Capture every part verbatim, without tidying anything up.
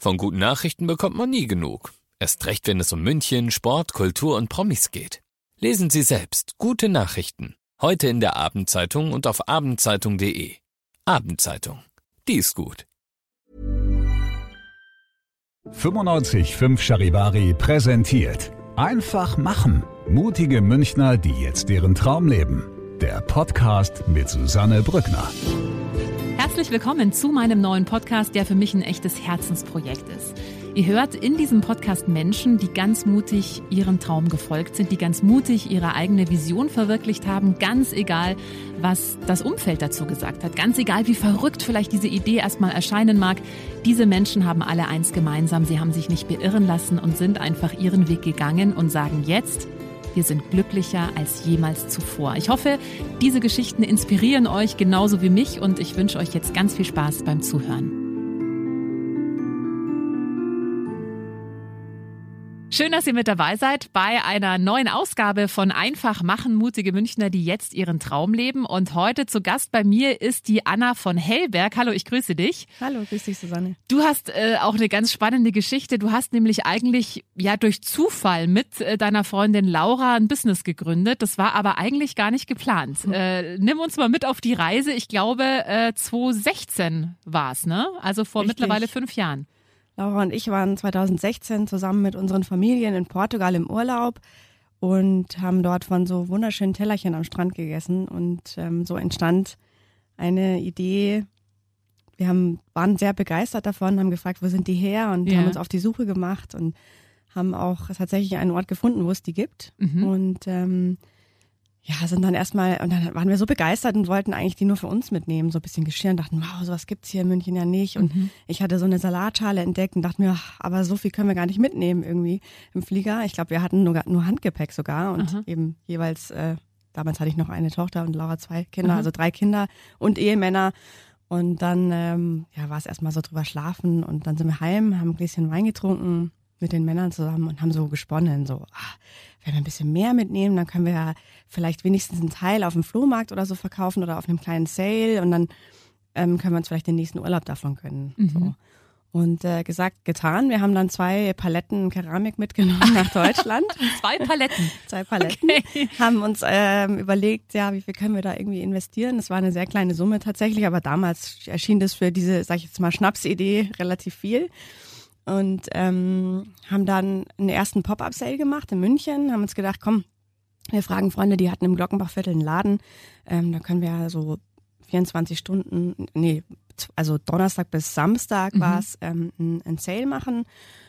Von guten Nachrichten bekommt man nie genug. Erst recht, wenn es um München, Sport, Kultur und Promis geht. Lesen Sie selbst gute Nachrichten. Heute in der Abendzeitung und auf abendzeitung punkt de. Abendzeitung. Die ist gut. fünfundneunzig Komma fünf Charivari präsentiert Einfach machen. Mutige Münchner, die jetzt ihren Traum leben. Der Podcast mit Susanne Brückner. Herzlich willkommen zu meinem neuen Podcast, der für mich ein echtes Herzensprojekt ist. Ihr hört in diesem Podcast Menschen, die ganz mutig ihrem Traum gefolgt sind, die ganz mutig ihre eigene Vision verwirklicht haben, ganz egal, was das Umfeld dazu gesagt hat, ganz egal, wie verrückt vielleicht diese Idee erstmal erscheinen mag. Diese Menschen haben alle eins gemeinsam, sie haben sich nicht beirren lassen und sind einfach ihren Weg gegangen und sagen jetzt: Wir sind glücklicher als jemals zuvor. Ich hoffe, diese Geschichten inspirieren euch genauso wie mich und ich wünsche euch jetzt ganz viel Spaß beim Zuhören. Schön, dass ihr mit dabei seid bei einer neuen Ausgabe von Einfach machen, mutige Münchner, die jetzt ihren Traum leben. Und heute zu Gast bei mir ist die Anna von Hellberg. Hallo, ich grüße dich. Hallo, grüß dich, Susanne. Du hast äh, auch eine ganz spannende Geschichte. Du hast nämlich eigentlich ja durch Zufall mit äh, deiner Freundin Laura ein Business gegründet. Das war aber eigentlich gar nicht geplant. Hm. Äh, nimm uns mal mit auf die Reise. Ich glaube, äh, zwanzig sechzehn war es, ne? Also vor Richtig. Mittlerweile fünf Jahren. Laura und ich waren zwanzig sechzehn zusammen mit unseren Familien in Portugal im Urlaub und haben dort von so wunderschönen Tellerchen am Strand gegessen. Und ähm, so entstand eine Idee. Wir haben, waren sehr begeistert davon, haben gefragt, wo sind die her, und ja. haben uns auf die Suche gemacht und haben auch tatsächlich einen Ort gefunden, wo es die gibt. Mhm. Und ähm, ja, sind dann erstmal, und dann waren wir so begeistert und wollten eigentlich die nur für uns mitnehmen, so ein bisschen Geschirr, und dachten, wow, sowas gibt's hier in München ja nicht. Und Mhm. ich hatte so eine Salatschale entdeckt und dachte mir, ach, aber so viel können wir gar nicht mitnehmen irgendwie im Flieger. Ich glaube, wir hatten nur, nur Handgepäck sogar und Aha. eben jeweils, äh, damals hatte ich noch eine Tochter und Laura zwei Kinder, Aha. also drei Kinder und Ehemänner. Und dann ähm, ja, war es erstmal so drüber schlafen, und dann sind wir heim, haben ein Gläschen Wein getrunken mit den Männern zusammen und haben so gesponnen, so, ach, wenn wir ein bisschen mehr mitnehmen, dann können wir ja vielleicht wenigstens einen Teil auf dem Flohmarkt oder so verkaufen oder auf einem kleinen Sale, und dann ähm, können wir uns vielleicht den nächsten Urlaub davon gönnen. Mhm. So. Und äh, gesagt, getan. Wir haben dann zwei Paletten Keramik mitgenommen nach Deutschland. Zwei Paletten. Zwei Paletten. Okay. Haben uns ähm, überlegt, ja, wie viel können wir da irgendwie investieren. Das war eine sehr kleine Summe tatsächlich, aber damals erschien das für diese, sag ich jetzt mal, Schnapsidee relativ viel. Und ähm, haben dann einen ersten Pop-Up-Sale gemacht in München, haben uns gedacht, komm, wir fragen Freunde, die hatten im Glockenbachviertel einen Laden, ähm, da können wir ja so vierundzwanzig Stunden, nee, also Donnerstag bis Samstag Mhm. war es, ähm, ein, ein Sale machen,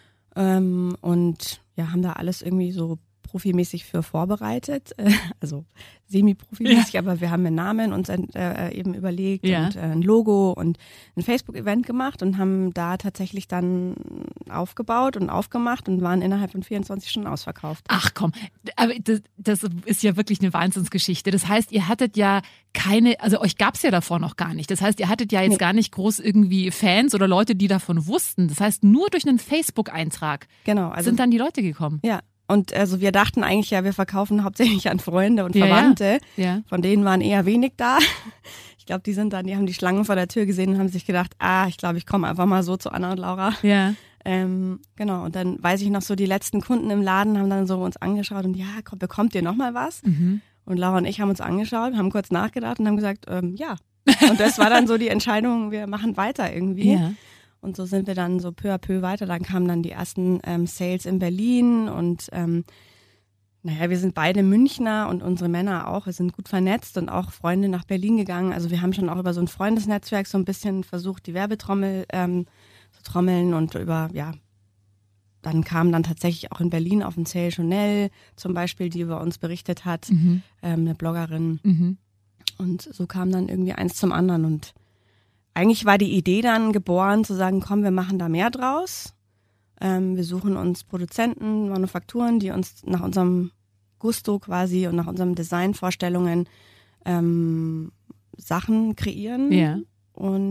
ähm, und ja, haben da alles irgendwie so profimäßig für vorbereitet, äh, also semi-profimäßig, ja. Aber wir haben einen Namen uns äh, eben überlegt, Ja. und äh, ein Logo und ein Facebook-Event gemacht und haben da tatsächlich dann aufgebaut und aufgemacht und waren innerhalb von vierundzwanzig Stunden ausverkauft. Ach komm, aber das, das ist ja wirklich eine Wahnsinnsgeschichte. Das heißt, ihr hattet ja keine, also euch gab's ja davor noch gar nicht. Das heißt, ihr hattet ja jetzt Nee. gar nicht groß irgendwie Fans oder Leute, die davon wussten. Das heißt, nur durch einen Facebook-Eintrag Genau, also sind dann die Leute gekommen. ja. Und also wir dachten eigentlich, ja, wir verkaufen hauptsächlich an Freunde und Ja, ja. Verwandte. Ja. Von denen waren eher wenig da. Ich glaube, die sind dann, die haben die Schlangen vor der Tür gesehen und haben sich gedacht, ah, ich glaube, ich komme einfach mal so zu Anna und Laura. Ja. Ähm, genau, und dann weiß ich noch so, die letzten Kunden im Laden haben dann so uns angeschaut und ja, komm, bekommt ihr noch mal was? Mhm. Und Laura und ich haben uns angeschaut, haben kurz nachgedacht und haben gesagt, ähm, ja. Und das war dann so die Entscheidung, wir machen weiter irgendwie. Ja. Und so sind wir dann so peu à peu weiter. Dann kamen dann die ersten ähm, Sales in Berlin und ähm, naja, wir sind beide Münchner und unsere Männer auch. Wir sind gut vernetzt und auch Freunde nach Berlin gegangen. Also wir haben schon auch über so ein Freundesnetzwerk so ein bisschen versucht, die Werbetrommel ähm, zu trommeln, und über, ja, dann kam dann tatsächlich auch in Berlin auf den Sale Chanel zum Beispiel, die über uns berichtet hat, Mhm. ähm, eine Bloggerin. Mhm. Und so kam dann irgendwie eins zum anderen, und eigentlich war die Idee dann geboren, zu sagen, komm, wir machen da mehr draus. Ähm, wir suchen uns Produzenten, Manufakturen, die uns nach unserem Gusto quasi und nach unseren Designvorstellungen ähm, Sachen kreieren. Ja. Und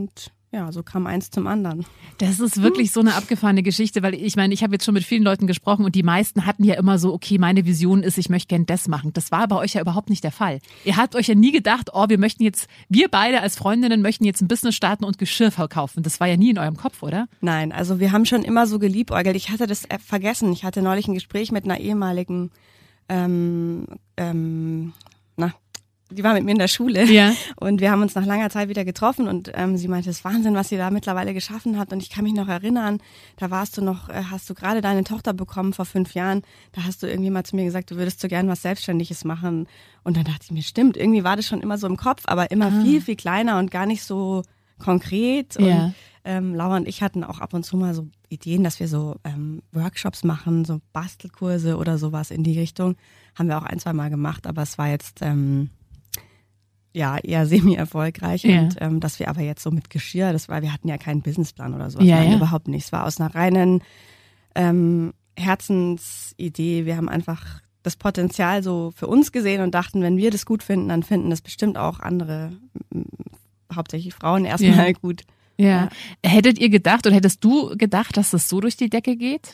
ja, so kam eins zum anderen. Das ist wirklich so eine abgefahrene Geschichte, weil ich meine, ich habe jetzt schon mit vielen Leuten gesprochen und die meisten hatten ja immer so, okay, meine Vision ist, ich möchte gern das machen. Das war bei euch ja überhaupt nicht der Fall. Ihr habt euch ja nie gedacht, oh, wir möchten jetzt, wir beide als Freundinnen möchten jetzt ein Business starten und Geschirr verkaufen. Das war ja nie in eurem Kopf, oder? Nein, also wir haben schon immer so geliebäugelt. Ich hatte das vergessen. Ich hatte neulich ein Gespräch mit einer ehemaligen, ähm, ähm, na, die war mit mir in der Schule ja. und wir haben uns nach langer Zeit wieder getroffen und ähm, sie meinte, es ist Wahnsinn, was ihr da mittlerweile geschaffen habt und ich kann mich noch erinnern, da warst du noch, äh, hast du gerade deine Tochter bekommen vor fünf Jahren, da hast du irgendwie mal zu mir gesagt, du würdest so gern was Selbstständiges machen und dann dachte ich mir, stimmt, irgendwie war das schon immer so im Kopf, aber immer ah. viel, viel kleiner und gar nicht so konkret und ja. ähm, Laura und ich hatten auch ab und zu mal so Ideen, dass wir so ähm, Workshops machen, so Bastelkurse oder sowas in die Richtung, haben wir auch ein, zwei Mal gemacht, aber es war jetzt ähm, ja, eher semi-erfolgreich ja. und ähm, dass wir aber jetzt so mit Geschirr, das war, wir hatten ja keinen Businessplan oder sowas, ja, nein, ja. überhaupt nicht. Es war aus einer reinen ähm, Herzensidee. Wir haben einfach das Potenzial so für uns gesehen und dachten, wenn wir das gut finden, dann finden das bestimmt auch andere, m- hauptsächlich Frauen erstmal ja. gut. Ja. Ja. Hättet ihr gedacht oder hättest du gedacht, dass das so durch die Decke geht?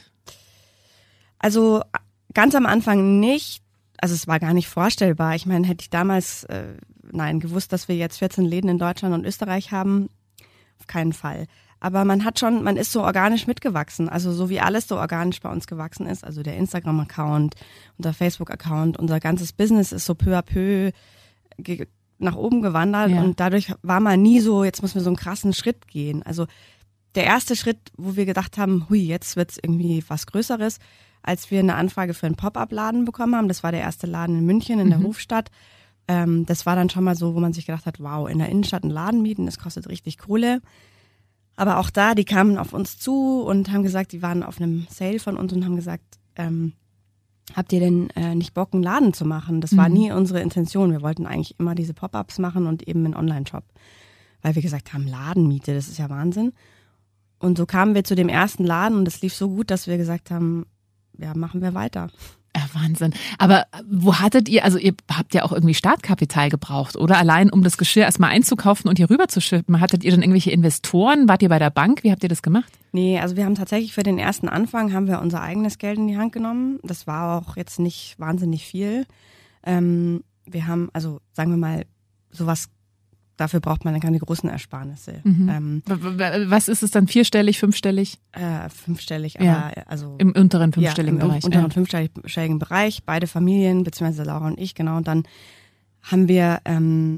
Also ganz am Anfang nicht. Also es war gar nicht vorstellbar. Ich meine, hätte ich damals äh, nein gewusst, dass wir jetzt vierzehn Läden in Deutschland und Österreich haben, auf keinen Fall. Aber man hat schon, man ist so organisch mitgewachsen. Also so wie alles so organisch bei uns gewachsen ist. Also der Instagram-Account, unser Facebook-Account, unser ganzes Business ist so peu à peu ge- nach oben gewandert ja. und dadurch war man nie so, jetzt müssen wir so einen krassen Schritt gehen. Also der erste Schritt, wo wir gedacht haben, hui, jetzt wird's irgendwie was Größeres, als wir eine Anfrage für einen Pop-up-Laden bekommen haben. Das war der erste Laden in München in der mhm. Hofstadt. Ähm, das war dann schon mal so, wo man sich gedacht hat, wow, in der Innenstadt einen Laden mieten, das kostet richtig Kohle. Aber auch da, die kamen auf uns zu und haben gesagt, die waren auf einem Sale von uns und haben gesagt, ähm, habt ihr denn äh, nicht Bock, einen Laden zu machen? Das war mhm. nie unsere Intention. Wir wollten eigentlich immer diese Pop-ups machen und eben einen Online-Shop. Weil wir gesagt haben, Ladenmiete, das ist ja Wahnsinn. Und so kamen wir zu dem ersten Laden und es lief so gut, dass wir gesagt haben, ja, machen wir weiter. Ja, Wahnsinn. Aber wo hattet ihr, also ihr habt ja auch irgendwie Startkapital gebraucht, oder? Allein um das Geschirr erstmal einzukaufen und hier rüber zu schippen. Hattet ihr dann irgendwelche Investoren? Wart ihr bei der Bank? Wie habt ihr das gemacht? Nee, also wir haben tatsächlich für den ersten Anfang haben wir unser eigenes Geld in die Hand genommen. Das war auch jetzt nicht wahnsinnig viel. Ähm, wir haben, also sagen wir mal, sowas, dafür braucht man keine großen Ersparnisse. Mhm. Ähm, Was ist es dann? Vierstellig, fünfstellig? Äh, fünfstellig, aber ja. also im unteren fünfstelligen ja, im Bereich. unteren ja. fünfstelligen Bereich, beide Familien, beziehungsweise Laura und ich, genau. Und dann haben wir ähm,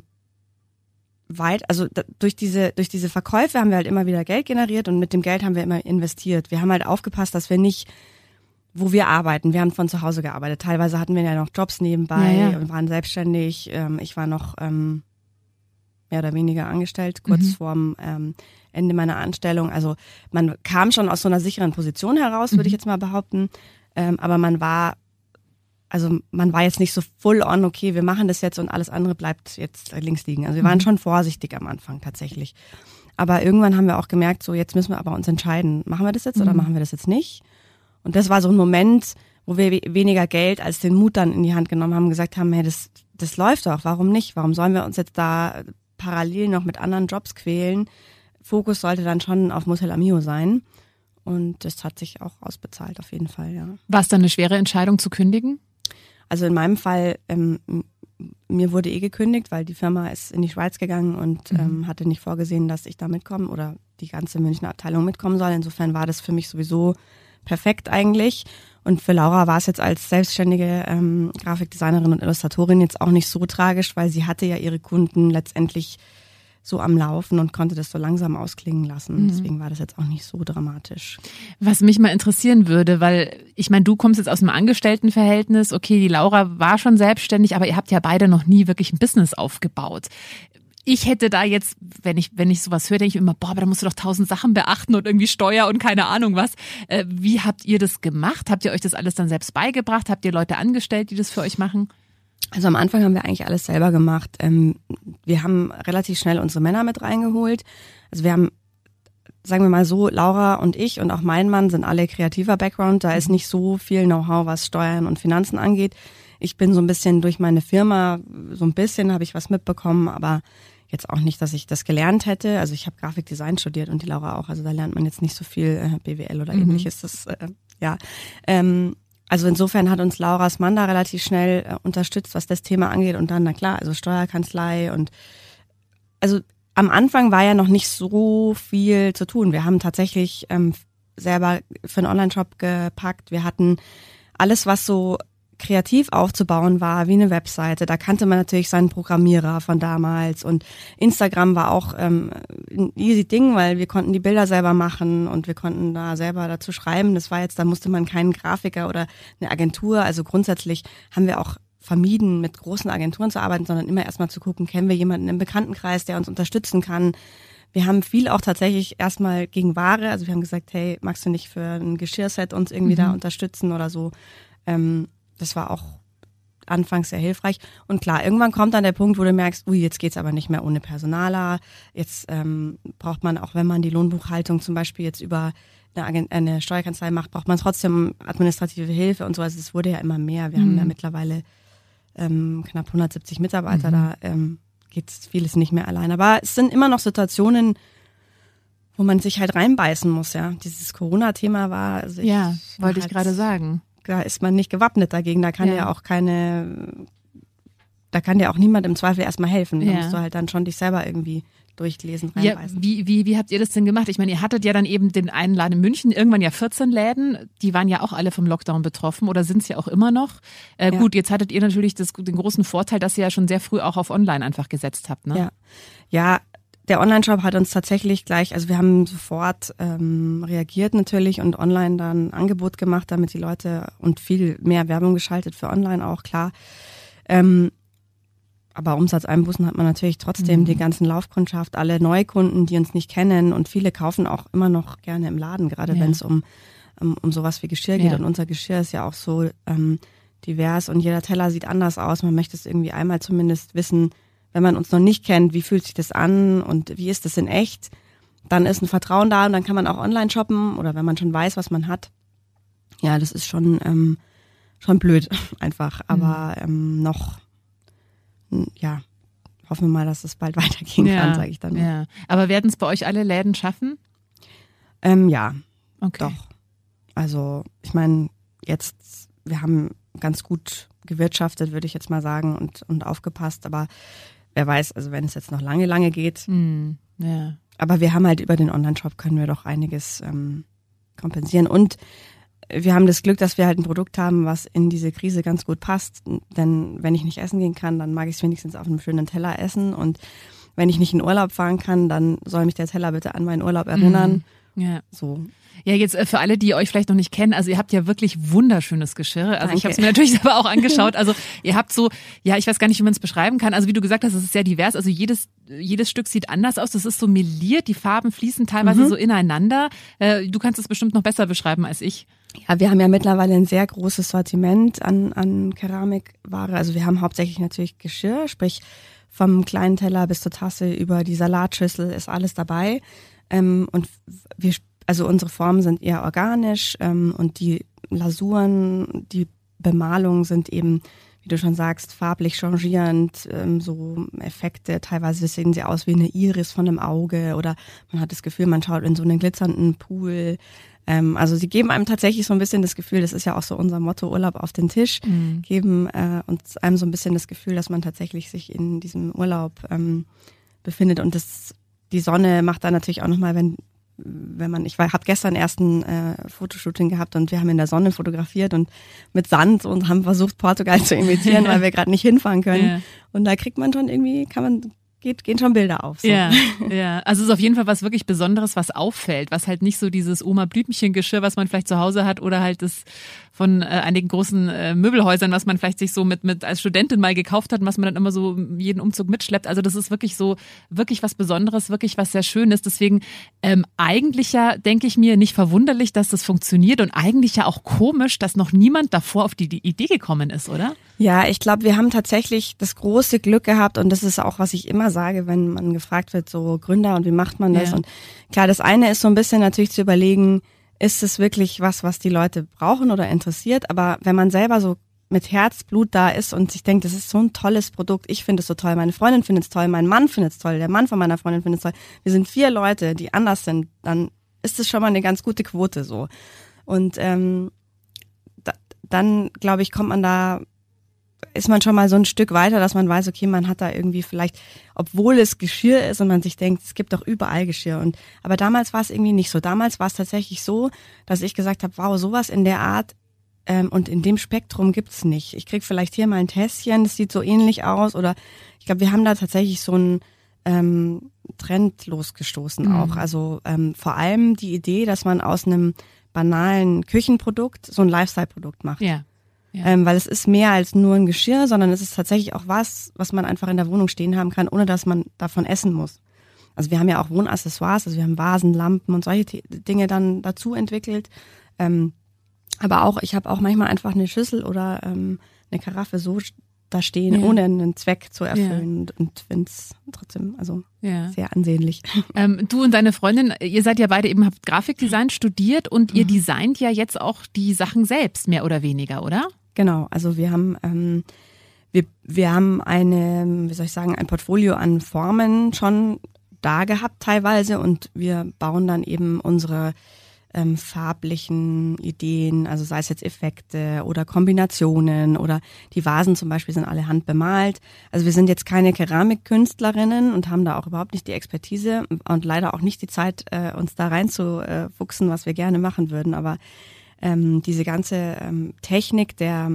weit, also da, durch diese durch diese Verkäufe haben wir halt immer wieder Geld generiert und mit dem Geld haben wir immer investiert. Wir haben halt aufgepasst, dass wir nicht, wo wir arbeiten, wir haben von zu Hause gearbeitet. Teilweise hatten wir ja noch Jobs nebenbei ja, ja. und waren selbstständig. Ähm, ich war noch ähm, mehr oder weniger angestellt, kurz mhm. vorm ähm, Ende meiner Anstellung. Also man kam schon aus so einer sicheren Position heraus, würde mhm. ich jetzt mal behaupten. Ähm, aber man war, also man war jetzt nicht so full on, okay, wir machen das jetzt und alles andere bleibt jetzt links liegen. Also wir waren mhm. schon vorsichtig am Anfang tatsächlich. Aber irgendwann haben wir auch gemerkt, so jetzt müssen wir aber uns entscheiden, machen wir das jetzt mhm. oder machen wir das jetzt nicht? Und das war so ein Moment, wo wir weniger Geld als den Mut dann in die Hand genommen haben und gesagt haben, hey, das, das läuft doch, warum nicht? Warum sollen wir uns jetzt da parallel noch mit anderen Jobs quälen? Fokus sollte dann schon auf Motel Amio sein. Und das hat sich auch ausbezahlt, auf jeden Fall, ja. War es dann eine schwere Entscheidung zu kündigen? Also in meinem Fall, ähm, mir wurde eh gekündigt, weil die Firma ist in die Schweiz gegangen und mhm. ähm, hatte nicht vorgesehen, dass ich da mitkomme oder die ganze Münchner Abteilung mitkommen soll. Insofern war das für mich sowieso perfekt eigentlich. Und für Laura war es jetzt als selbstständige ähm, Grafikdesignerin und Illustratorin jetzt auch nicht so tragisch, weil sie hatte ja ihre Kunden letztendlich so am Laufen und konnte das so langsam ausklingen lassen. Mhm. Deswegen war das jetzt auch nicht so dramatisch. Was mich mal interessieren würde, weil ich meine, du kommst jetzt aus einem Angestelltenverhältnis, okay, die Laura war schon selbstständig, aber ihr habt ja beide noch nie wirklich ein Business aufgebaut. Ich hätte da jetzt, wenn ich wenn ich sowas höre, denke ich immer, boah, aber da musst du doch tausend Sachen beachten und irgendwie Steuer und keine Ahnung was. Äh, wie habt ihr das gemacht? Habt ihr euch das alles dann selbst beigebracht? Habt ihr Leute angestellt, die das für euch machen? Also am Anfang haben wir eigentlich alles selber gemacht. Ähm, wir haben relativ schnell unsere Männer mit reingeholt. Also wir haben, sagen wir mal so, Laura und ich und auch mein Mann sind alle kreativer Background. Da ist nicht so viel Know-how, was Steuern und Finanzen angeht. Ich bin so ein bisschen durch meine Firma, so ein bisschen habe ich was mitbekommen, aber jetzt auch nicht, dass ich das gelernt hätte. Also ich habe Grafikdesign studiert und die Laura auch. Also da lernt man jetzt nicht so viel äh, B W L oder mhm. ähnliches. Das, äh, ja, ähm, also insofern hat uns Lauras Mann da relativ schnell äh, unterstützt, was das Thema angeht. Und dann, na klar, also Steuerkanzlei und also am Anfang war ja noch nicht so viel zu tun. Wir haben tatsächlich ähm, selber für einen Online-Shop gepackt. Wir hatten alles, was so kreativ aufzubauen war, wie eine Webseite. Da kannte man natürlich seinen Programmierer von damals und Instagram war auch ähm, ein easy Ding, weil wir konnten die Bilder selber machen und wir konnten da selber dazu schreiben. Das war jetzt, da musste man keinen Grafiker oder eine Agentur. Also grundsätzlich haben wir auch vermieden, mit großen Agenturen zu arbeiten, sondern immer erstmal zu gucken, kennen wir jemanden im Bekanntenkreis, der uns unterstützen kann. Wir haben viel auch tatsächlich erstmal gegen Ware. Also wir haben gesagt, hey, magst du nicht für ein Geschirrset uns irgendwie mhm. da unterstützen oder so? Ähm, Das war auch anfangs sehr hilfreich. Und klar, irgendwann kommt dann der Punkt, wo du merkst, ui, jetzt geht's aber nicht mehr ohne Personaler. Jetzt ähm, braucht man, auch wenn man die Lohnbuchhaltung zum Beispiel jetzt über eine, Agent- eine Steuerkanzlei macht, braucht man trotzdem administrative Hilfe und so. Also es wurde ja immer mehr. Wir mhm. haben ja mittlerweile ähm, knapp hundertsiebzig Mitarbeiter. Mhm. Da ähm, geht vieles nicht mehr allein. Aber es sind immer noch Situationen, wo man sich halt reinbeißen muss. Ja, dieses Corona-Thema war. Also ich ja, wollte halt, ich gerade sagen. Da ist man nicht gewappnet dagegen. Da kann ja, ja auch keine, da kann dir auch niemand im Zweifel erstmal helfen. Da ja. musst du halt dann schon dich selber irgendwie durchlesen, reinbeißen. Ja, wie, wie, wie habt ihr das denn gemacht? Ich meine, ihr hattet ja dann eben den einen Laden in München, irgendwann ja vierzehn Läden, die waren ja auch alle vom Lockdown betroffen oder sind es ja auch immer noch. Äh, ja. Gut, jetzt hattet ihr natürlich das, den großen Vorteil, dass ihr ja schon sehr früh auch auf Online einfach gesetzt habt, ne? Ja, ja. Der Online-Shop hat uns tatsächlich gleich, also wir haben sofort ähm, reagiert natürlich und online dann ein Angebot gemacht, damit die Leute und viel mehr Werbung geschaltet für online auch, klar. Ähm, aber Umsatzeinbußen hat man natürlich trotzdem, mhm. die ganzen Laufkundschaft, alle Neukunden, die uns nicht kennen und viele kaufen auch immer noch gerne im Laden, gerade ja. wenn es um, um um sowas wie Geschirr geht. Ja. Und unser Geschirr ist ja auch so ähm, divers und jeder Teller sieht anders aus. Man möchte es irgendwie einmal zumindest wissen, wenn man uns noch nicht kennt, wie fühlt sich das an und wie ist das in echt, dann ist ein Vertrauen da und dann kann man auch online shoppen oder wenn man schon weiß, was man hat. Ja, das ist schon ähm, schon blöd einfach, aber ähm, noch, ja, hoffen wir mal, dass es bald weitergehen ja, kann, sage ich dann. Ja. Aber werden es bei euch alle Läden schaffen? Ähm, ja, okay. doch. Also ich meine, jetzt, wir haben ganz gut gewirtschaftet, würde ich jetzt mal sagen, und, und aufgepasst, aber wer weiß, also wenn es jetzt noch lange, lange geht. Mm, ja. Aber wir haben halt über den Online-Shop können wir doch einiges ähm, kompensieren. Und wir haben das Glück, dass wir halt ein Produkt haben, was in diese Krise ganz gut passt. Denn wenn ich nicht essen gehen kann, dann mag ich es wenigstens auf einem schönen Teller essen. Und wenn ich nicht in Urlaub fahren kann, dann soll mich der Teller bitte an meinen Urlaub erinnern. Mm, ja. So. Ja, jetzt für alle, die euch vielleicht noch nicht kennen, also ihr habt ja wirklich wunderschönes Geschirr. Also Danke. ich habe es mir natürlich selber auch angeschaut. Also ihr habt so, ja, ich weiß gar nicht, wie man es beschreiben kann. Also wie du gesagt hast, es ist sehr divers. Also jedes jedes Stück sieht anders aus. Das ist so meliert, die Farben fließen teilweise mhm. so ineinander. Du kannst es bestimmt noch besser beschreiben als ich. Ja, wir haben ja mittlerweile ein sehr großes Sortiment an an Keramikware. Also wir haben hauptsächlich natürlich Geschirr, sprich vom kleinen Teller bis zur Tasse über die Salatschüssel ist alles dabei. Ähm, und wir Also unsere Formen sind eher organisch ähm, und die Lasuren, die Bemalungen sind eben, wie du schon sagst, farblich changierend, ähm, so Effekte. Teilweise sehen sie aus wie eine Iris von einem Auge oder man hat das Gefühl, man schaut in so einen glitzernden Pool. Ähm, also sie geben einem tatsächlich so ein bisschen das Gefühl, das ist ja auch so unser Motto, Urlaub auf den Tisch, mhm. geben äh, uns einem so ein bisschen das Gefühl, dass man tatsächlich sich in diesem Urlaub ähm, befindet. Und das, die Sonne macht da natürlich auch nochmal, wenn wenn man, ich habe gestern erst ein äh, Fotoshooting gehabt und wir haben in der Sonne fotografiert und mit Sand und haben versucht, Portugal zu imitieren, weil wir gerade nicht hinfahren können. Ja. Und da kriegt man schon irgendwie, kann man, geht, gehen schon Bilder auf. So. Ja, ja. Also es ist auf jeden Fall was wirklich Besonderes, was auffällt, was halt nicht so dieses Oma-Blümchen-Geschirr, was man vielleicht zu Hause hat oder halt das von äh, einigen großen äh, Möbelhäusern, was man vielleicht sich so mit mit als Studentin mal gekauft hat und was man dann immer so jeden Umzug mitschleppt. Also das ist wirklich so, wirklich was Besonderes, wirklich was sehr Schönes. Deswegen ähm, eigentlich ja, denke ich mir, nicht verwunderlich, dass das funktioniert und eigentlich ja auch komisch, dass noch niemand davor auf die, die Idee gekommen ist, oder? Ja, ich glaube, wir haben tatsächlich das große Glück gehabt und das ist auch, was ich immer sage, wenn man gefragt wird, so Gründer und wie macht man das? Ja. Und klar, das eine ist so ein bisschen natürlich zu überlegen, ist es wirklich was, was die Leute brauchen oder interessiert? Aber wenn man selber so mit Herzblut da ist und sich denkt, das ist so ein tolles Produkt, ich finde es so toll, meine Freundin findet es toll, mein Mann findet es toll, der Mann von meiner Freundin findet es toll. Wir sind vier Leute, die anders sind, dann ist es schon mal eine ganz gute Quote so. Und ähm, da, dann, glaube ich, kommt man da, ist man schon mal so ein Stück weiter, dass man weiß, okay, man hat da irgendwie vielleicht, obwohl es Geschirr ist und man sich denkt, es gibt doch überall Geschirr. Und aber damals war es irgendwie nicht so. Damals war es tatsächlich so, dass ich gesagt habe, wow, sowas in der Art ähm, und in dem Spektrum gibt's nicht. Ich krieg vielleicht hier mal ein Tässchen, das sieht so ähnlich aus. Oder ich glaube, wir haben da tatsächlich so einen ähm, Trend losgestoßen mhm. auch. Also ähm, vor allem die Idee, dass man aus einem banalen Küchenprodukt so ein Lifestyle-Produkt macht. Ja. Ja. Ähm, weil es ist mehr als nur ein Geschirr, sondern es ist tatsächlich auch was, was man einfach in der Wohnung stehen haben kann, ohne dass man davon essen muss. Also wir haben ja auch Wohnaccessoires, also wir haben Vasen, Lampen und solche T- Dinge dann dazu entwickelt. Ähm, aber auch, ich habe auch manchmal einfach eine Schüssel oder ähm, eine Karaffe so da stehen, ja. ohne einen Zweck zu erfüllen ja. und, und finde es trotzdem also ja. sehr ansehnlich. Ähm, du und deine Freundin, ihr seid ja beide eben, habt Grafikdesign studiert und ihr designt ja jetzt auch die Sachen selbst, mehr oder weniger, oder? Genau, also wir haben ähm, wir wir haben eine, wie soll ich sagen, ein Portfolio an Formen schon da gehabt teilweise und wir bauen dann eben unsere ähm, farblichen Ideen, also sei es jetzt Effekte oder Kombinationen oder die Vasen zum Beispiel sind alle handbemalt. Also wir sind jetzt keine Keramikkünstlerinnen und haben da auch überhaupt nicht die Expertise und leider auch nicht die Zeit, äh, uns da reinzufuchsen, was wir gerne machen würden, aber Ähm, diese ganze ähm, Technik der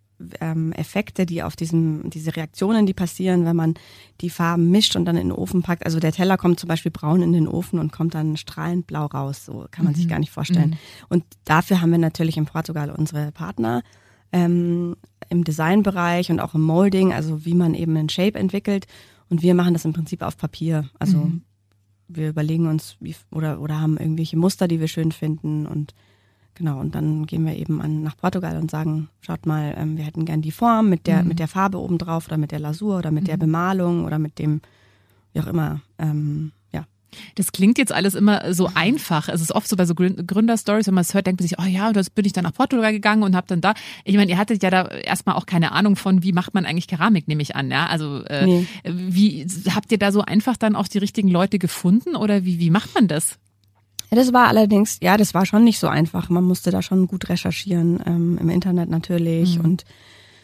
ähm, Effekte, die auf diesem, diese Reaktionen, die passieren, wenn man die Farben mischt und dann in den Ofen packt. Also der Teller kommt zum Beispiel braun in den Ofen und kommt dann strahlend blau raus. So kann man mhm. sich gar nicht vorstellen. Mhm. Und dafür haben wir natürlich in Portugal unsere Partner ähm, im Designbereich und auch im Molding, also wie man eben einen Shape entwickelt. Und wir machen das im Prinzip auf Papier. Also mhm. wir überlegen uns wie, oder oder haben irgendwelche Muster, die wir schön finden und genau, und dann gehen wir eben an, nach Portugal und sagen, schaut mal, ähm, wir hätten gern die Form mit der, mhm. mit der Farbe obendrauf oder mit der Lasur oder mit mhm. der Bemalung oder mit dem, wie auch immer, ähm, ja. Das klingt jetzt alles immer so einfach. Es ist oft so bei so Gründerstories, wenn man es hört, denkt man sich, oh ja, das bin ich dann nach Portugal gegangen und hab dann da, ich meine, ihr hattet ja da erstmal auch keine Ahnung von, wie macht man eigentlich Keramik, nehme ich an, ja, also äh, nee. wie, habt ihr da so einfach dann auch die richtigen Leute gefunden oder wie, wie macht man das? Ja, das war allerdings, ja, das war schon nicht so einfach. Man musste da schon gut recherchieren, ähm, im Internet natürlich. Mhm. Und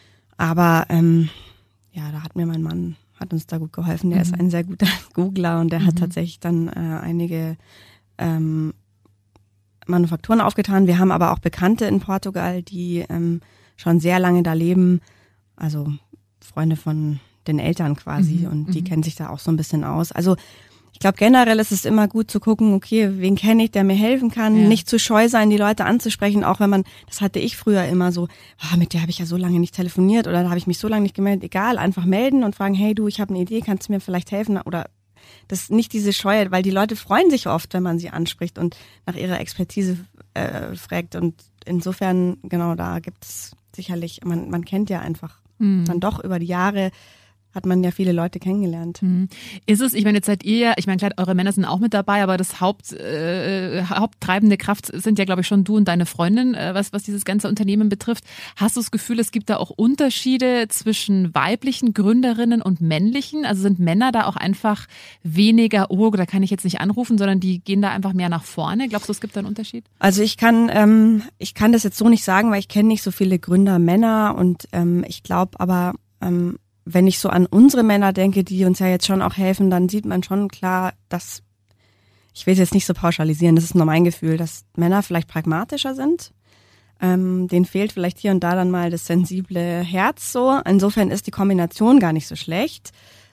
aber ähm, ja, da hat mir mein Mann, hat uns da gut geholfen. Der mhm. ist ein sehr guter Googler und der mhm. hat tatsächlich dann äh, einige ähm, Manufakturen aufgetan. Wir haben aber auch Bekannte in Portugal, die ähm, schon sehr lange da leben. Also Freunde von den Eltern quasi mhm. und die mhm. kennen sich da auch so ein bisschen aus. Also ich glaube, generell ist es immer gut zu gucken, okay, wen kenne ich, der mir helfen kann, ja. nicht zu scheu sein, die Leute anzusprechen, auch wenn man, das hatte ich früher immer so, oh, mit der habe ich ja so lange nicht telefoniert oder da habe ich mich so lange nicht gemeldet, egal, einfach melden und fragen, hey du, ich habe eine Idee, kannst du mir vielleicht helfen oder das nicht diese Scheu, weil die Leute freuen sich oft, wenn man sie anspricht und nach ihrer Expertise äh, fragt und insofern, genau, da gibt es sicherlich, man, man kennt ja einfach mhm. dann doch über die Jahre hat man ja viele Leute kennengelernt. Mhm. Ist es, ich meine, jetzt seid ihr ja, ich meine, klar, eure Männer sind auch mit dabei, aber das Haupt, äh, haupttreibende Kraft sind ja, glaube ich, schon du und deine Freundin, äh, was, was dieses ganze Unternehmen betrifft. Hast du das Gefühl, es gibt da auch Unterschiede zwischen weiblichen Gründerinnen und männlichen? Also sind Männer da auch einfach weniger, oh, da kann ich jetzt nicht anrufen, sondern die gehen da einfach mehr nach vorne? Glaubst du, es gibt da einen Unterschied? Also ich kann, ähm, ich kann das jetzt so nicht sagen, weil ich kenne nicht so viele Gründermänner und ähm, ich glaube aber, ähm, wenn ich so an unsere Männer denke, die uns ja jetzt schon auch helfen, dann sieht man schon klar, dass, ich will es jetzt nicht so pauschalisieren, das ist nur mein Gefühl, dass Männer vielleicht pragmatischer sind. Ähm, denen fehlt vielleicht hier und da dann mal das sensible Herz so. Insofern ist die Kombination gar nicht so schlecht.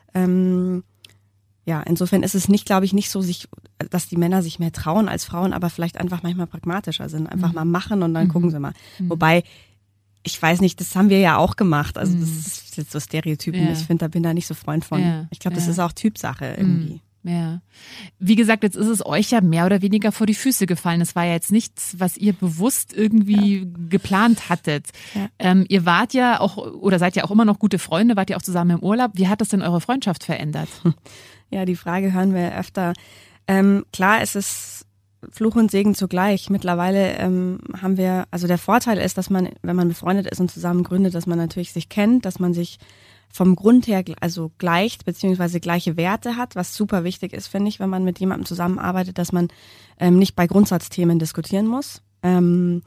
Ähm, ja, insofern ist es nicht, glaube ich, nicht so, sich, dass die Männer sich mehr trauen als Frauen, aber vielleicht einfach manchmal pragmatischer sind. Einfach mhm. mal machen und dann mhm. gucken sie mal. Mhm. Wobei, ich weiß nicht, das haben wir ja auch gemacht. Also das ist jetzt so Stereotypen. Ja. Ich finde, da bin da nicht so Freund von. Ja. Ich glaube, das ja. ist auch Typsache irgendwie. Ja. Wie gesagt, jetzt ist es euch ja mehr oder weniger vor die Füße gefallen. Es war ja jetzt nichts, was ihr bewusst irgendwie ja. geplant hattet. Ja. Ähm, ihr wart ja auch, oder seid ja auch immer noch gute Freunde, wart ja auch zusammen im Urlaub. Wie hat das denn eure Freundschaft verändert? Ja, die Frage hören wir öfter. Ähm, klar, es ist Fluch und Segen zugleich. Mittlerweile ähm, haben wir, also der Vorteil ist, dass man, wenn man befreundet ist und zusammen gründet, dass man natürlich sich kennt, dass man sich vom Grund her also gleicht, beziehungsweise gleiche Werte hat, was super wichtig ist, finde ich, wenn man mit jemandem zusammenarbeitet, dass man ähm, nicht bei Grundsatzthemen diskutieren muss. Ähm,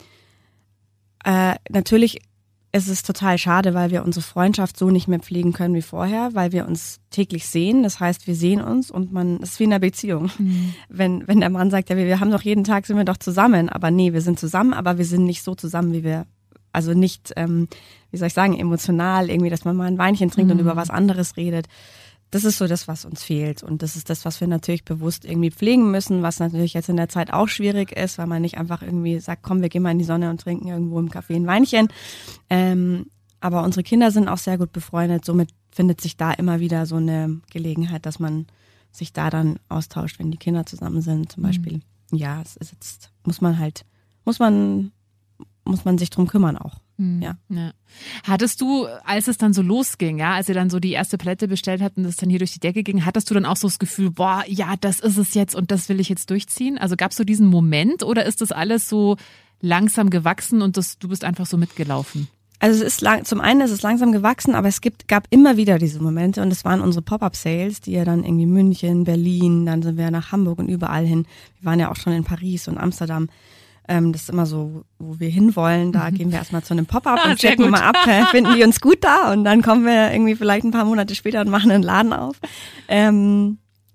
äh, natürlich ist es total schade, weil wir unsere Freundschaft so nicht mehr pflegen können wie vorher, weil wir uns täglich sehen. Das heißt, wir sehen uns und man, das ist wie in einer Beziehung. Mhm. Wenn, wenn der Mann sagt, ja, wir, wir haben doch jeden Tag, sind wir doch zusammen. Aber nee, wir sind zusammen, aber wir sind nicht so zusammen, wie wir, also nicht, ähm, wie soll ich sagen, emotional irgendwie, dass man mal ein Weinchen trinkt mhm. und über was anderes redet. Das ist so das, was uns fehlt. Und das ist das, was wir natürlich bewusst irgendwie pflegen müssen, was natürlich jetzt in der Zeit auch schwierig ist, weil man nicht einfach irgendwie sagt, komm, wir gehen mal in die Sonne und trinken irgendwo im Café ein Weinchen. Ähm, aber unsere Kinder sind auch sehr gut befreundet. Somit findet sich da immer wieder so eine Gelegenheit, dass man sich da dann austauscht, wenn die Kinder zusammen sind. Zum Beispiel, mhm. ja, es ist jetzt, muss man halt, muss man, muss man sich drum kümmern auch. Mhm. Ja. ja. Hattest du, als es dann so losging, ja, als ihr dann so die erste Palette bestellt habt und das dann hier durch die Decke ging, hattest du dann auch so das Gefühl, boah, ja, das ist es jetzt und das will ich jetzt durchziehen? Also gab es so diesen Moment oder ist das alles so langsam gewachsen und das, du bist einfach so mitgelaufen? Also es ist lang, zum einen ist es langsam gewachsen, aber es gibt, gab immer wieder diese Momente und es waren unsere Pop-Up-Sales, die ja dann irgendwie München, Berlin, dann sind wir nach Hamburg und überall hin. Wir waren ja auch schon in Paris und Amsterdam. Ähm, das ist immer so, wo wir hinwollen. Da gehen wir erstmal zu einem Pop-Up ah, und checken mal ab, finden die uns gut da und dann kommen wir irgendwie vielleicht ein paar Monate später und machen einen Laden auf. Ähm,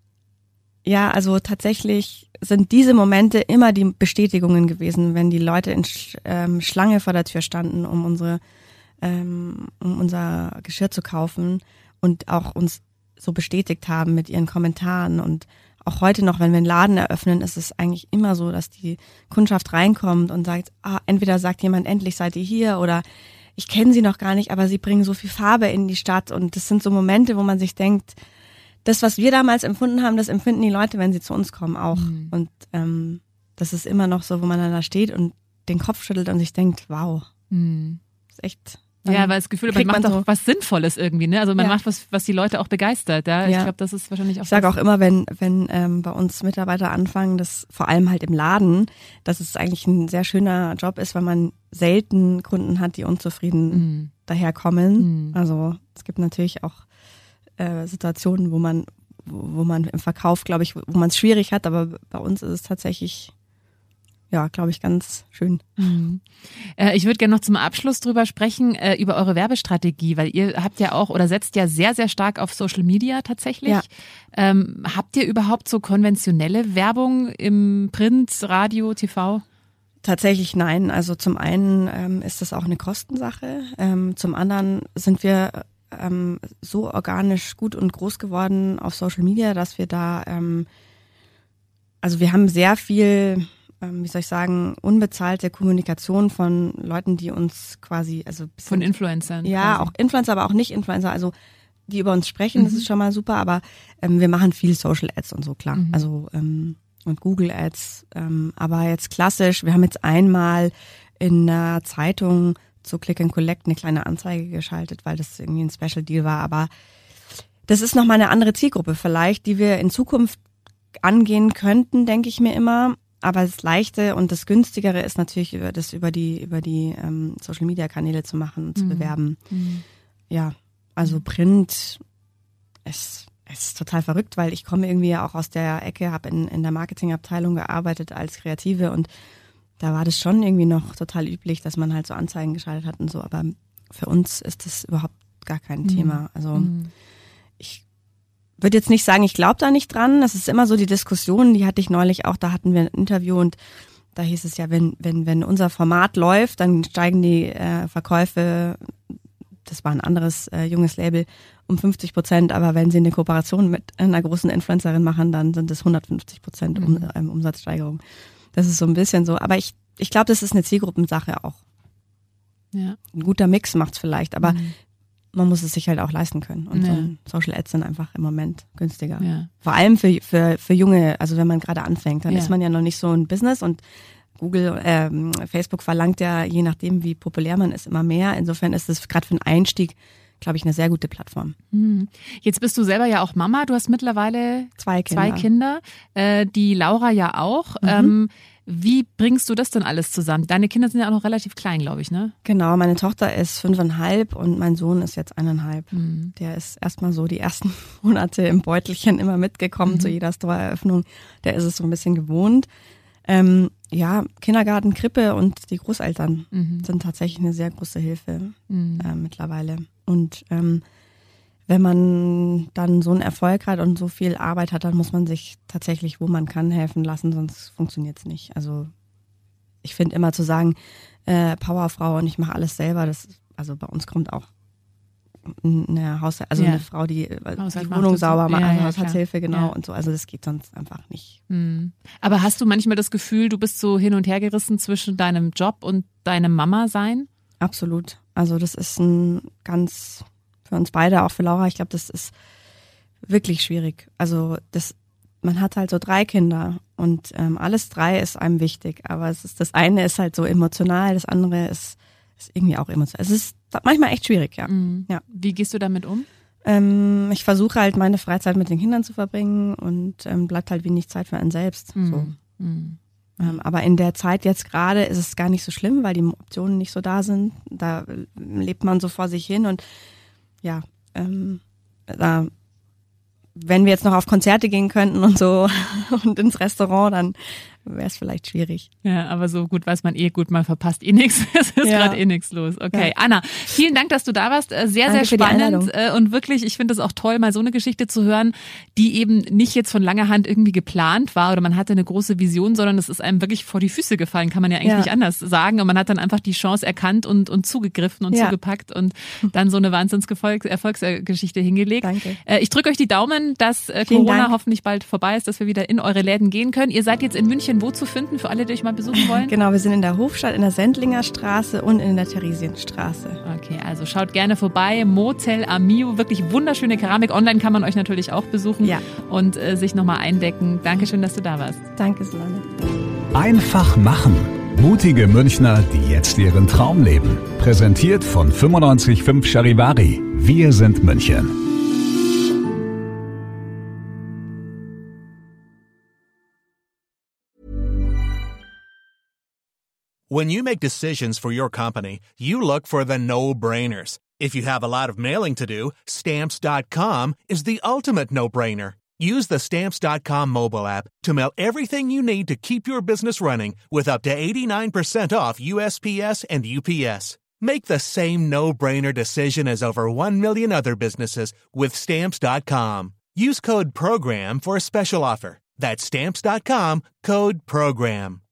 ja, also tatsächlich sind diese Momente immer die Bestätigungen gewesen, wenn die Leute in Sch- ähm, Schlange vor der Tür standen, um unsere, ähm, um unser Geschirr zu kaufen und auch uns so bestätigt haben mit ihren Kommentaren. Und auch heute noch, wenn wir einen Laden eröffnen, ist es eigentlich immer so, dass die Kundschaft reinkommt und sagt, ah, entweder sagt jemand, endlich seid ihr hier, oder ich kenne sie noch gar nicht, aber sie bringen so viel Farbe in die Stadt. Und das sind so Momente, wo man sich denkt, das, was wir damals empfunden haben, das empfinden die Leute, wenn sie zu uns kommen, auch. Mhm. Und ähm, das ist immer noch so, wo man dann da steht und den Kopf schüttelt und sich denkt, wow, mhm. das ist echt. Ja, weil das Gefühl, man macht man auch so was Sinnvolles irgendwie, ne? Also man ja. macht was, was die Leute auch begeistert. Ja? Ja. Ich glaube, das ist wahrscheinlich auch. Ich sage auch immer, wenn wenn ähm, bei uns Mitarbeiter anfangen, das vor allem halt im Laden, dass es eigentlich ein sehr schöner Job ist, weil man selten Kunden hat, die unzufrieden mhm. daherkommen. Mhm. Also es gibt natürlich auch äh, Situationen, wo man wo, wo man im Verkauf, glaube ich, wo man es schwierig hat, aber bei uns ist es tatsächlich, ja, glaube ich, ganz schön. Mhm. Äh, ich würde gerne noch zum Abschluss drüber sprechen, äh, über eure Werbestrategie, weil ihr habt ja auch oder setzt ja sehr, sehr stark auf Social Media tatsächlich. Ja. Ähm, habt ihr überhaupt so konventionelle Werbung im Print, Radio, T V? Tatsächlich nein. Also zum einen ähm, ist das auch eine Kostensache. Ähm, zum anderen sind wir ähm, so organisch gut und groß geworden auf Social Media, dass wir da, ähm, also wir haben sehr viel, wie soll ich sagen, unbezahlte Kommunikation von Leuten, die uns quasi, also von Influencern. Ja, quasi. Auch Influencer, aber auch nicht Influencer, also die über uns sprechen, mhm. das ist schon mal super, aber ähm, wir machen viel Social Ads und so, klar. Mhm. Also ähm, und Google Ads, ähm, aber jetzt klassisch, wir haben jetzt einmal in einer Zeitung zu Click and Collect eine kleine Anzeige geschaltet, weil das irgendwie ein Special Deal war, aber das ist nochmal eine andere Zielgruppe vielleicht, die wir in Zukunft angehen könnten, denke ich mir immer. Aber das Leichte und das Günstigere ist natürlich, das über die über die ähm, Social Media Kanäle zu machen und zu mhm. bewerben. Mhm. Ja, also Print ist, ist total verrückt, weil ich komme irgendwie auch aus der Ecke, habe in, in der Marketingabteilung gearbeitet als Kreative und da war das schon irgendwie noch total üblich, dass man halt so Anzeigen geschaltet hat und so. Aber für uns ist das überhaupt gar kein mhm. Thema. Also mhm. ich würde jetzt nicht sagen, ich glaube da nicht dran. Das ist immer so die Diskussion, die hatte ich neulich auch, da hatten wir ein Interview und da hieß es ja, wenn wenn wenn unser Format läuft, dann steigen die äh, Verkäufe, das war ein anderes äh, junges Label, um fünfzig Prozent, aber wenn sie eine Kooperation mit einer großen Influencerin machen, dann sind es hundertfünfzig Prozent um, mhm. ähm, Umsatzsteigerung. Das ist so ein bisschen so, aber ich ich glaube, das ist eine Zielgruppensache auch. Ja. Ein guter Mix macht's vielleicht, aber mhm. man muss es sich halt auch leisten können. Und ja. so Social Ads sind einfach im Moment günstiger. Ja. Vor allem für, für, für Junge, also wenn man gerade anfängt, dann ja. ist man ja noch nicht so ein Business und Google, ähm, Facebook verlangt ja, je nachdem wie populär man ist, immer mehr. Insofern ist es gerade für einen Einstieg, glaube ich, eine sehr gute Plattform. Jetzt bist du selber ja auch Mama. Du hast mittlerweile Zwei Kinder. Zwei Kinder. Äh, die Laura ja auch. Mhm. Ähm, wie bringst du das denn alles zusammen? Deine Kinder sind ja auch noch relativ klein, glaube ich, ne? Genau, meine Tochter ist fünfeinhalb und mein Sohn ist jetzt eineinhalb. Mhm. Der ist erstmal so die ersten Monate im Beutelchen immer mitgekommen mhm. zu jeder Store-Eröffnung. Der ist es so ein bisschen gewohnt. Ähm, ja, Kindergarten, Krippe und die Großeltern mhm. sind tatsächlich eine sehr große Hilfe mhm. äh, mittlerweile. Und ähm, wenn man dann so einen Erfolg hat und so viel Arbeit hat, dann muss man sich tatsächlich, wo man kann, helfen lassen, sonst funktioniert es nicht. Also ich finde immer zu sagen, äh, Powerfrau und ich mache alles selber, das also bei uns kommt auch eine Haus, also ja. eine Frau, die die Wohnung sauber macht, ja, also ja, Haushaltshilfe, genau ja. und so. Also das geht sonst einfach nicht. Mhm. Aber hast du manchmal das Gefühl, du bist so hin und her gerissen zwischen deinem Job und deinem Mama-Sein? Absolut. Also das ist ein ganz für uns beide, auch für Laura, ich glaube, das ist wirklich schwierig. Also das, man hat halt so drei Kinder und ähm, alles drei ist einem wichtig, aber es ist, das eine ist halt so emotional, das andere ist, ist irgendwie auch emotional. Es ist manchmal echt schwierig, ja. Mhm. ja. Wie gehst du damit um? Ähm, ich versuche halt meine Freizeit mit den Kindern zu verbringen und ähm, bleibt halt wenig Zeit für einen selbst. Mhm. So. Mhm. Ähm, aber in der Zeit jetzt gerade ist es gar nicht so schlimm, weil die Optionen nicht so da sind. Da lebt man so vor sich hin und ja, ähm, da, wenn wir jetzt noch auf Konzerte gehen könnten und so und ins Restaurant, dann wäre es vielleicht schwierig. Ja, aber so gut weiß man eh, gut, man verpasst eh nichts. Es ist ja. gerade eh nichts los. Okay, ja. Anna, vielen Dank, dass du da warst. Sehr, Danke sehr spannend und wirklich, ich finde es auch toll, mal so eine Geschichte zu hören, die eben nicht jetzt von langer Hand irgendwie geplant war oder man hatte eine große Vision, sondern es ist einem wirklich vor die Füße gefallen, kann man ja eigentlich ja. nicht anders sagen. Und man hat dann einfach die Chance erkannt und, und zugegriffen und ja. zugepackt und dann so eine Wahnsinns-Erfolgsgeschichte hingelegt. Danke. Ich drücke euch die Daumen, dass Vielen Corona Dank. hoffentlich bald vorbei ist, dass wir wieder in eure Läden gehen können. Ihr seid jetzt in München wo zu finden, für alle, die euch mal besuchen wollen? Genau, wir sind in der Hofstadt, in der Sendlinger Straße und in der Theresienstraße. Okay, also schaut gerne vorbei. Motel Amio, wirklich wunderschöne Keramik. Online kann man euch natürlich auch besuchen ja. und äh, sich nochmal eindecken. Dankeschön, dass du da warst. Danke, Susanne. Einfach machen. Mutige Münchner, die jetzt ihren Traum leben. Präsentiert von fünfundneunzig Komma fünf Charivari. Wir sind München. When you make decisions for your company, you look for the no-brainers. If you have a lot of mailing to do, Stamps dot com is the ultimate no-brainer. Use the Stamps dot com mobile app to mail everything you need to keep your business running with up to eighty-nine percent off U S P S and U P S. Make the same no-brainer decision as over one million other businesses with Stamps dot com. Use code PROGRAM for a special offer. That's Stamps dot com, code PROGRAM.